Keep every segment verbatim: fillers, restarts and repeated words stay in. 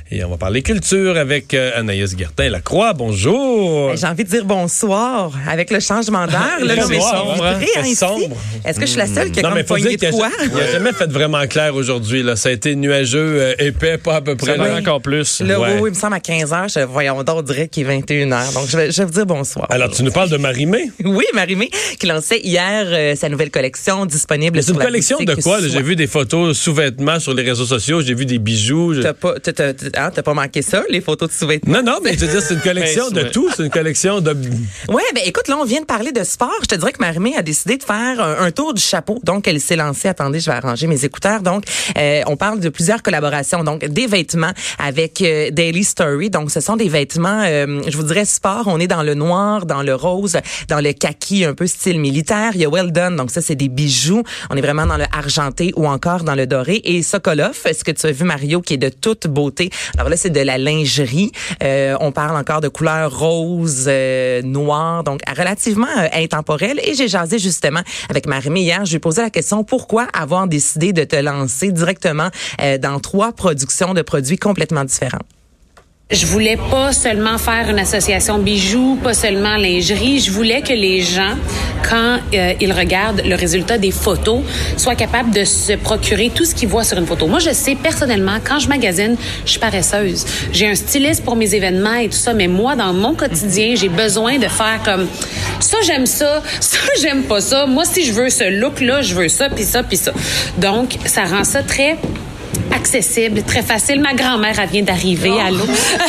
Et on va parler culture avec euh, Anaïs Gertin-Lacroix. Bonjour. J'ai envie de dire bonsoir avec le changement d'air. Là, C'est mais sombre, hein? vrai, C'est hein, ici. sombre. Est-ce que je suis la seule qui a Non, comme mais faut poigné dire de qu'il quoi? n'y a jamais fait vraiment clair aujourd'hui. Là. Ça a été nuageux, euh, épais, pas à peu près. Ça va encore plus. Là, Ouais. oui, oui, il me semble à quinze heures. Je, voyons donc, on dirait qu'il est vingt et une heures. Donc, je vais, je vais vous dire bonsoir. Alors, tu nous parles de Marie-Mé? Oui, Marie-Mé, qui lançait hier euh, sa nouvelle collection disponible Mais c'est sur une la collection de boutique quoi? Là? Soi. J'ai vu des photos sous-vêtements sur les réseaux sociaux. J'ai vu des bijoux. Je- T'as pas, t'as, t'as, t'as, hein, t'as pas manqué ça, les photos de sous-vêtements? Non, non, mais je veux dire, c'est une collection Mais, de ouais. tout. C'est une collection de... Ouais, ben écoute, là, on vient de parler de sport. Je te dirais que Marie-Mé a décidé de faire un, un tour du chapeau. Donc, elle s'est lancée. Attendez, je vais arranger mes écouteurs. Donc, euh, on parle de plusieurs collaborations. Donc, des vêtements avec euh, Daily Story. Donc, ce sont des vêtements, euh, je vous dirais sport. On est dans le noir, dans le rose, dans le kaki, un peu style militaire. Il y a Well Done. Donc, ça, c'est des bijoux. On est vraiment dans le argenté ou encore dans le doré. Et Sokolov, ce que tu as vu, Mario, qui est de toute beauté. Alors là, c'est de la lingerie. Euh, on parle encore de couleurs rose, euh, noir, donc relativement euh, intemporelle. Et j'ai jasé justement avec Marie-Mé hier. Je lui ai posé la question, pourquoi avoir décidé de te lancer directement euh, dans trois productions de produits complètement différents? Je voulais pas seulement faire une association bijoux, pas seulement lingerie. Je voulais que les gens, quand euh, ils regardent le résultat des photos, soient capables de se procurer tout ce qu'ils voient sur une photo. Moi, je sais personnellement, quand je magasine, je suis paresseuse. J'ai un styliste pour mes événements et tout ça, mais moi, dans mon quotidien, j'ai besoin de faire comme ça, j'aime ça, ça, j'aime pas ça. Moi, si je veux ce look-là, je veux ça, puis ça, puis ça. Donc, ça rend ça très accessible, très facile. Ma grand-mère, elle vient d'arriver. Oh. Allô?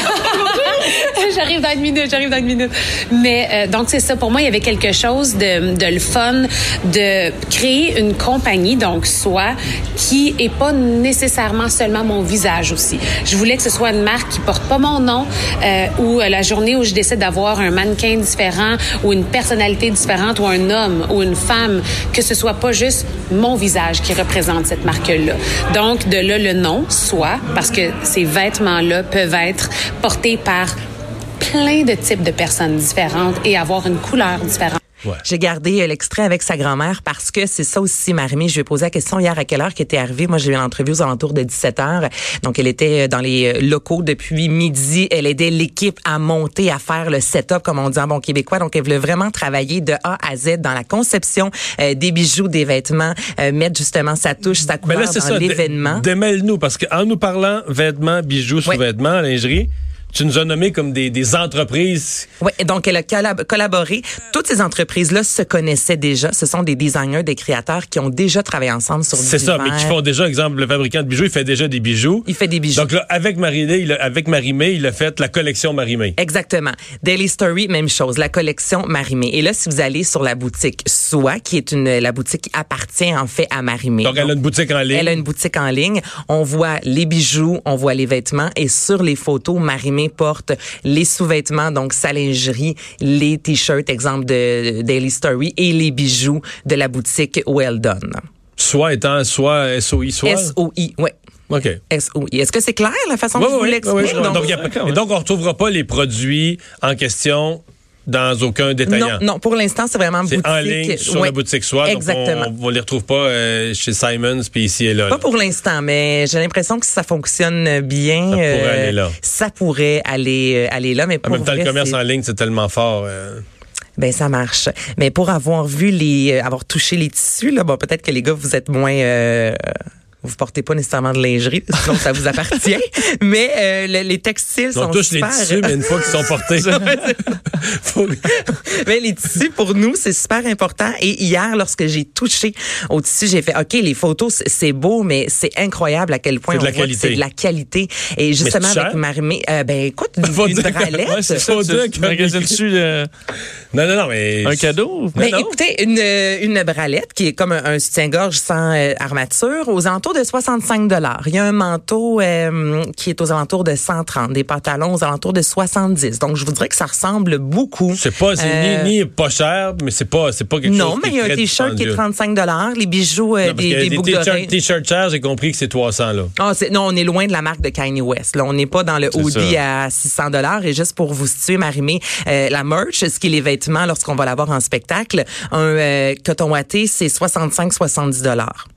J'arrive dans une minute, j'arrive dans une minute. Mais euh, donc, c'est ça. Pour moi, il y avait quelque chose de, de le fun, de créer une compagnie, donc Soi, qui est pas nécessairement seulement mon visage aussi. Je voulais que ce soit une marque qui porte pas mon nom, euh, ou euh, la journée où je décide d'avoir un mannequin différent, ou une personnalité différente, ou un homme, ou une femme, que ce soit pas juste mon visage qui représente cette marque-là. Donc, de là, le nom, Soi, parce que ces vêtements-là peuvent être portés par plein de types de personnes différentes et avoir une couleur différente. Ouais. J'ai gardé euh, l'extrait avec sa grand-mère parce que c'est ça aussi, Marie-Mé. Je lui ai posé la question hier à quelle heure qu'elle était arrivée. Moi, j'ai eu l'entrevue aux alentours de dix-sept heures. Donc, elle était dans les locaux depuis midi. Elle aidait l'équipe à monter, à faire le setup, comme on dit en bon québécois. Donc, elle voulait vraiment travailler de A à Z dans la conception euh, des bijoux, des vêtements, euh, mettre justement sa touche, sa couleur Mais là, c'est dans ça. l'événement. Dé- Démêle-nous, parce qu'en nous parlant vêtements, bijoux, sous-vêtements, lingerie, tu nous as nommé comme des, des entreprises. Oui, donc elle a collab- collaboré. Toutes ces entreprises-là se connaissaient déjà. Ce sont des designers, des créateurs qui ont déjà travaillé ensemble sur C'est ça, mais qui font déjà, exemple, le fabricant de bijoux, il fait déjà des bijoux. Il fait des bijoux. Donc là, avec Marie-Mé, il a, avec Marie-Mé, il a fait la collection Marie-Mé. Exactement. Daily Story, même chose. La collection Marie-Mé. Et là, si vous allez sur la boutique Soi, qui est une la boutique qui appartient en fait à Marie-Mé. Donc, elle a une boutique en ligne. Elle a une boutique en ligne. On voit les bijoux, on voit les vêtements. Et sur les photos, Marie-Mé porte les sous-vêtements, donc sa lingerie, les t-shirts, exemple de Daily Story, et les bijoux de la boutique Well Done. Soit étant, soit S O I, soit. S O I, oui. OK. S O I. Est-ce que c'est clair la façon Oui, que je vous oui, l'explique? oui, oui. Donc, Donc, il y a- et donc, on ne retrouvera pas les produits en question dans aucun détaillant. Non, non, pour l'instant, c'est vraiment C'est boutique. en ligne sur Ouais, la boutique Soi. Exactement. Donc on ne les retrouve pas euh, chez Simons puis ici et là. Pas là. pour l'instant, mais j'ai l'impression que si ça fonctionne bien, Ça pourrait aller là. ça pourrait aller, euh, aller là. Mais En pour même temps, vrai, le commerce c'est- en ligne, c'est tellement fort. euh. Ben ça marche. Mais pour avoir vu les, euh, avoir touché les tissus, là, bon peut-être que les gars vous êtes moins. Euh, vous portez pas nécessairement de lingerie, sinon ça vous appartient. Mais euh, le, les textiles On sont touche super. les tissus, mais une fois qu'ils sont portés. Faut- Mais les tissus, pour nous, c'est super important. Et hier, lorsque j'ai touché au tissu, j'ai fait, OK, les photos, c'est- c'est beau, mais c'est incroyable à quel point C'est de on la voit que qualité. c'est de la qualité. Et justement, c'est avec cher? Marie-Mé, euh, ben écoute, une, Faut une dire que- bralette. Ouais, c'est ça. Faut Tu dire tu que- magasines dessus euh, Non, non, non, mais. un cadeau. Mais non. écoutez, une, une bralette qui est comme un, un soutien-gorge sans euh, armature aux alentours de soixante-cinq dollars. Il y a un manteau euh, qui est aux alentours de cent trente, des pantalons aux alentours de soixante-dix. Donc, je vous dirais que ça ressemble beaucoup. C'est pas, c'est Euh, ni, ni pas cher, mais c'est pas, c'est pas quelque non, chose mais qui il y a est un très t-shirt qui est dispendieux. trente-cinq dollars, les bijoux, euh, Non, parce des, qu'il y a des des boucles t-shirts, d'oreilles. t-shirts chers, j'ai compris que c'est trois cents, là. Ah, c'est, non, on est loin de la marque de Kanye West. Là, on n'est pas dans le C'est hoodie ça. à six cents dollars. Et juste pour vous situer, Marie-Mé, euh, la merch, ce qui est les vêtements lorsqu'on va l'avoir en spectacle, un euh, coton watté, c'est soixante-cinq soixante-dix dollars.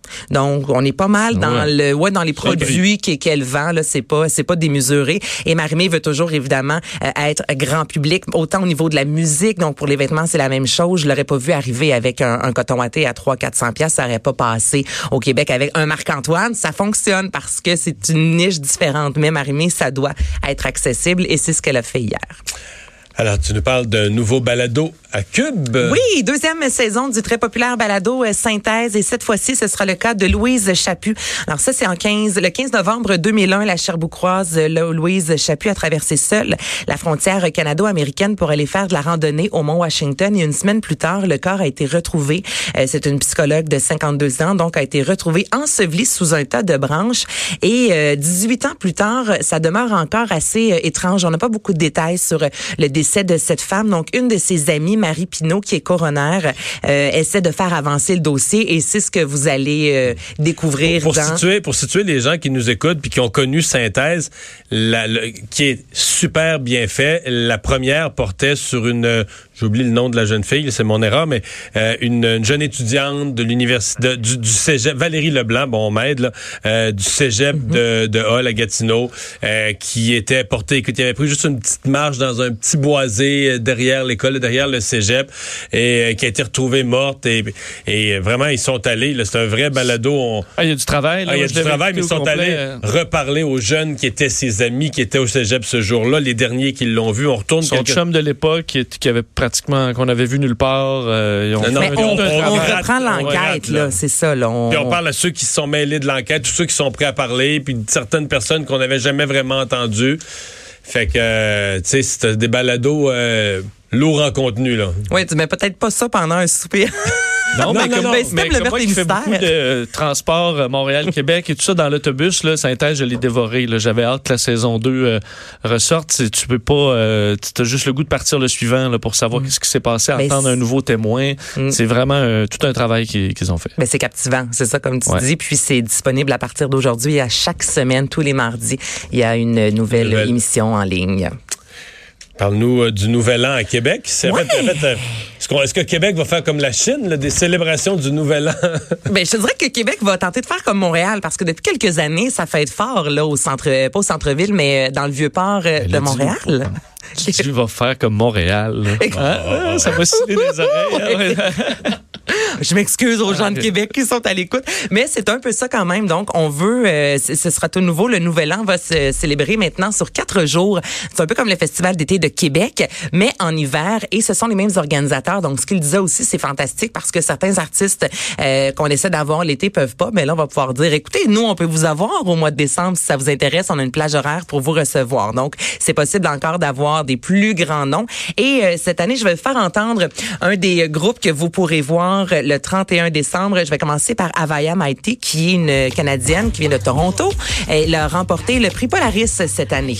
Donc, on est pas mal dans ouais. le, ouais, dans les produits okay. qu'elle vend, là. C'est pas, c'est pas démesuré. Et Marie-Mé veut toujours, évidemment, euh, être grand public, autant au niveau de la musique. Donc, pour les vêtements, c'est la même chose. Je l'aurais pas vu arriver avec un, un coton watté à trois cents à quatre cents piastres. Ça aurait pas passé au Québec avec un Marc-Antoine. Ça fonctionne parce que c'est une niche différente. Mais Marie-Mé, ça doit être accessible et c'est ce qu'elle a fait hier. Alors, tu nous parles d'un nouveau balado à Cube. Oui, deuxième saison du très populaire balado Synthèse. Et cette fois-ci, ce sera le cas de Louise Chaput. Alors ça, c'est en quinze, le quinze novembre deux mille un, la Cherbouquoise Louise Chaput a traversé seule la frontière canado-américaine pour aller faire de la randonnée au Mont Washington. Et une semaine plus tard, le corps a été retrouvé. Euh, c'est une psychologue de cinquante-deux ans, donc a été retrouvé enseveli sous un tas de branches. Et euh, dix-huit ans plus tard, ça demeure encore assez euh, étrange. On n'a pas beaucoup de détails sur euh, le décès de cette femme. Donc, une de ses amies, Marie Pinault, qui est coroner, euh, essaie de faire avancer le dossier et c'est ce que vous allez euh, découvrir pour, pour dans... Situer, pour situer les gens qui nous écoutent puis qui ont connu Synthèse, la, le, qui est super bien fait. La première portait sur une... Euh, j'oublie le nom de la jeune fille, c'est mon erreur, mais euh, une, une jeune étudiante de l'université, du, du cégep, Valérie Leblanc, bon, on m'aide, là, euh, du cégep mm-hmm. de, de Hall à Gatineau, euh, qui était portée, écoute, il avait pris juste une petite marche dans un petit boisé derrière l'école, derrière le cégep, et euh, qui a été retrouvée morte, et, et vraiment, ils sont allés, là, c'est un vrai balado. On... Ah, il y a du travail, là. Ah, il y a du travail, mais ils sont allés euh... reparler aux jeunes qui étaient ses amis, qui étaient au cégep ce jour-là, les derniers qui l'ont vu. On retourne son quelques... chum de l'époque, qui, qui avait pratiquement, qu'on avait vu nulle part. Euh, ils ont non, non, on, on, on reprend on l'enquête, rate, là, là. C'est ça. Là, on... Puis on parle à ceux qui se sont mêlés de l'enquête, tous ceux qui sont prêts à parler, puis certaines personnes qu'on n'avait jamais vraiment entendues. Fait que, euh, tu sais, c'est des balados euh, lourds en contenu, là. Oui, tu mets peut-être pas ça pendant un souper. Non, mais non, comme, non, mais mais comme moi qui fais beaucoup de euh, transport euh, Montréal-Québec et tout ça dans l'autobus, là, Synthèse, je l'ai dévoré. Là. J'avais hâte que la saison deux euh, ressorte. C'est, tu peux pas... Euh, tu as juste le goût de partir le suivant là, pour savoir mm. qu'est-ce qui s'est passé, mais entendre c'est... un nouveau témoin. Mm. C'est vraiment euh, tout un travail qu'ils, qu'ils ont fait. Mais c'est captivant, c'est ça comme tu ouais. dis. Puis c'est disponible à partir d'aujourd'hui. À chaque semaine, tous les mardis, il y a une nouvelle, nouvelle. émission en ligne. Parle-nous euh, du Nouvel An à Québec. C'est ouais. en fait, en fait, euh, est-ce, qu'on, est-ce que Québec va faire comme la Chine, là, des célébrations du Nouvel An? Ben, je te dirais que Québec va tenter de faire comme Montréal, parce que depuis quelques années, ça fête fort là au centre, pas au centre-ville, mais dans le Vieux-Port euh, de Montréal. Tu vas faire comme Montréal. Hein? Ça va sciller les oreilles. Je m'excuse aux gens de Québec qui sont à l'écoute, mais c'est un peu ça quand même. Donc, on veut, euh, ce sera tout nouveau. Le Nouvel An va se célébrer maintenant sur quatre jours. C'est un peu comme le Festival d'été de Québec, mais en hiver. Et ce sont les mêmes organisateurs. Donc, ce qu'il disait aussi, c'est fantastique parce que certains artistes euh, qu'on essaie d'avoir l'été peuvent pas. Mais là, on va pouvoir dire, écoutez, nous, on peut vous avoir au mois de décembre si ça vous intéresse. On a une plage horaire pour vous recevoir. Donc, c'est possible encore d'avoir des plus grands noms. Et euh, cette année, je vais faire entendre un des groupes que vous pourrez voir le trente et un décembre. Je vais commencer par Avaya Mighty, qui est une Canadienne qui vient de Toronto. Elle a remporté le prix Polaris cette année.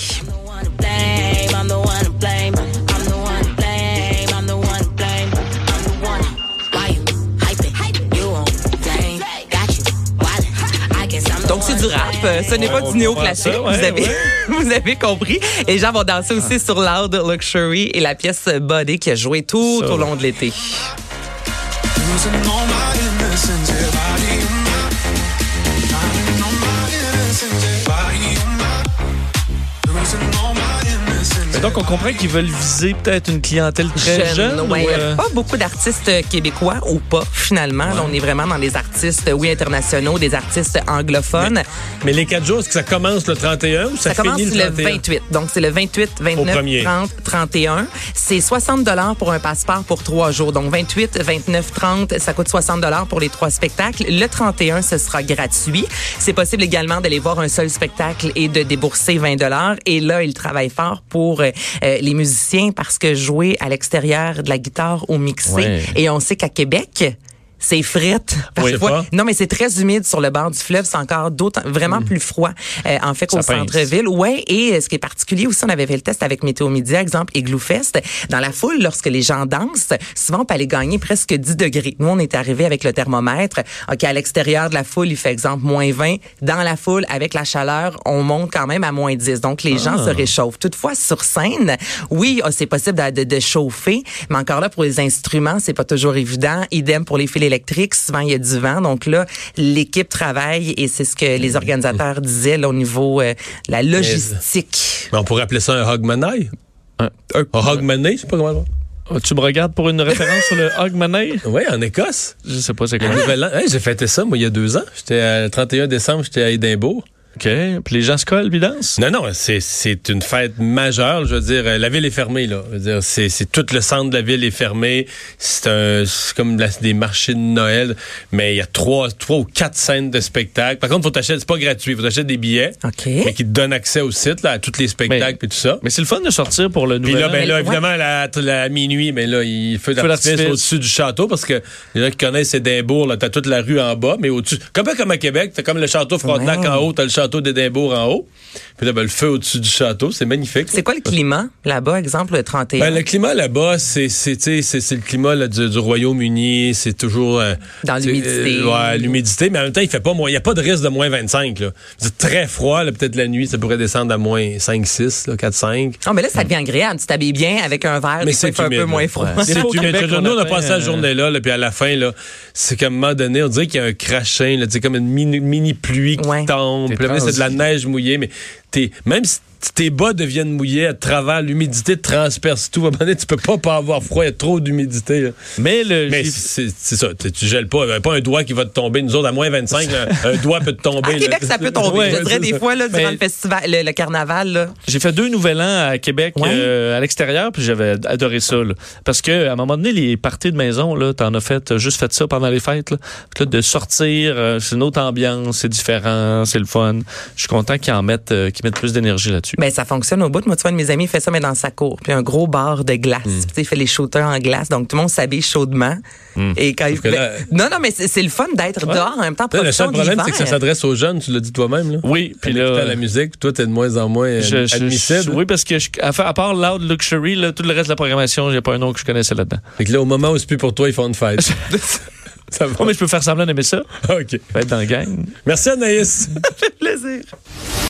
Donc, c'est du rap. Ce n'est pas du néo-classique. Ouais, vous avez, ouais. vous avez compris. Et les gens vont danser aussi ah. sur Loud Luxury et la pièce Body qui a joué tout ça. Au long de l'été. Donc, on comprend qu'ils veulent viser peut-être une clientèle très jeune. jeune ouais. ou euh... Pas beaucoup d'artistes québécois ou pas, finalement. Ouais. Là, on est vraiment dans les artistes, oui, internationaux, des artistes anglophones. Mais, mais les quatre jours, est-ce que ça commence le trente et un ou ça, ça finit le trente et un? Ça commence le vingt-huit. Donc, c'est le vingt-huit, vingt-neuf, trente, trente et un. C'est soixante dollars pour un passeport pour trois jours. Donc, vingt-huit, vingt-neuf, trente, ça coûte soixante dollars pour les trois spectacles. Le trente et un, ce sera gratuit. C'est possible également d'aller voir un seul spectacle et de débourser vingt dollars. Et là, ils travaillent fort pour Euh, les musiciens parce que jouer à l'extérieur de la guitare au mixé ouais. et on sait qu'à Québec c'est frette. Oui, fois. Non, mais c'est très humide sur le bord du fleuve. C'est encore d'autant, vraiment mmh. plus froid, euh, en fait, qu'au centre-ville. Ouais. Et ce qui est particulier aussi, on avait fait le test avec Météo Média, exemple, Igloo Fest. Dans la foule, lorsque les gens dansent, souvent, on peut aller gagner presque dix degrés. Nous, on est arrivé avec le thermomètre. OK, à l'extérieur de la foule, il fait, exemple, moins vingt. Dans la foule, avec la chaleur, on monte quand même à moins dix. Donc, les ah. gens se réchauffent. Toutefois, sur scène, oui, c'est possible de, de, de chauffer. Mais encore là, pour les instruments, c'est pas toujours évident. Idem pour les filets électrique, souvent il y a du vent. Donc là, l'équipe travaille et c'est ce que les organisateurs disaient là, au niveau euh, de la logistique. Mais on pourrait appeler ça un hogmanay. Un, un, un hogmanay, je sais pas comment. Tu me regardes pour une référence sur le Hogmanay? Oui, en Écosse. Je sais pas c'est quoi. Hey, j'ai fêté ça, moi, il y a deux ans. J'étais à, le trente et un décembre, j'étais à Édimbourg. OK. Puis les gens se collent puis dansent? Non, non, c'est, c'est une fête majeure. Je veux dire, la ville est fermée, là. Je veux dire, c'est, c'est tout le centre de la ville est fermé. C'est un, c'est comme la, des marchés de Noël. Mais il y a trois, trois ou quatre scènes de spectacles. Par contre, faut t'acheter, c'est pas gratuit. Faut t'acheter des billets. OK. Mais qui te donnent accès au site, là, à tous les spectacles et tout ça. Mais c'est le fun de sortir pour le nouvel Puis là, an. ben là, Ouais. évidemment, la, la, à minuit, ben là, il fait l'artifice l'artifice. au-dessus du château parce que les gens qui connaissent Édimbourg, là, t'as toute la rue en bas, mais au-dessus. Comme pas comme à Québec, t'as comme le château Frontenac Ouais. en haut, t'as le château d'Édimbourg en haut. Puis là, ben, le feu au-dessus du château, c'est magnifique. C'est quoi le climat là-bas, exemple, le trente et un? Ben, le climat là-bas, c'est, c'est, tu sais, c'est, c'est le climat là, du, du Royaume-Uni. C'est toujours... euh, Dans tu sais, l'humidité. euh, ouais, l'humidité. Mais en même temps, il fait pas moins... Il n'y a pas de risque de moins vingt-cinq. Là. C'est très froid. Là, peut-être la nuit, ça pourrait descendre à moins cinq, six, là, quatre, cinq. Non, mais là, ça devient agréable. Tu t'habilles bien avec un verre, Mais des fois, il fait un humide, peu moins là. froid. Ouais. C'est C'est au humide. Québec qu'on Nous, on a a fait, passé la euh, journée-là, là, puis à la fin, là, c'est qu'à un moment donné, on dirait qu'il y a un crachin, là, tu sais, comme une mini, mini pluie qui Ouais. tombe. T'es Puis là, c'est de la transi. neige mouillée, mais t'es, même si tes bas deviennent mouillés à travers l'humidité, te transperce tout. À un moment donné, tu peux pas pas avoir froid, il y a trop d'humidité. Là. Mais le Mais j'ai- c'est, c'est ça, tu, tu gèles pas. Il y a pas un doigt qui va te tomber. Nous autres, à moins vingt-cinq, là, un doigt peut te tomber. À Québec, là. ça peut tomber. Ouais, je dirais c'est des ça. fois, là, durant Mais- le festival, le, le carnaval, là. J'ai fait deux nouvel an à Québec, Ouais. euh, à l'extérieur, puis j'avais adoré ça. Là. Parce que à un moment donné, les parties de maison, là, t'en as fait, t'as juste fait ça pendant les fêtes. Là. Puis là, de sortir, euh, c'est une autre ambiance, c'est différent, c'est le fun. Je suis content qu'ils en mettent, euh, qu'ils mettent plus d'énergie là-dessus. Ben, ça fonctionne au bout. Moi, tu vois, un de mes amis fait ça, mais dans sa cour. Puis un gros bar de glace. Puis, tu sais, il fait les shooters en glace. Donc, tout le monde s'habille chaudement. Et quand il Sauf que là- ben, non, non, mais c'est, c'est le fun d'être dehors en même temps. Là, le seul profitons de problème, c'est que ça l'hiver. s'adresse aux jeunes, tu l'as dit toi-même. Là. Oui, puis Puis là, à la musique, puis toi, t'es de moins en moins euh, je, je- admissible. je- oui, parce que je, à, à part Loud Luxury, là, tout le reste de la programmation, j'ai pas un nom que je connaissais là-dedans. Fait que là, au moment où c'est plus pour toi, ils font une fête. Ça va. Oh, mais je peux faire semblant d'aimer ça. OK. Être dans la gang. Merci, Anaïs. Plaisir.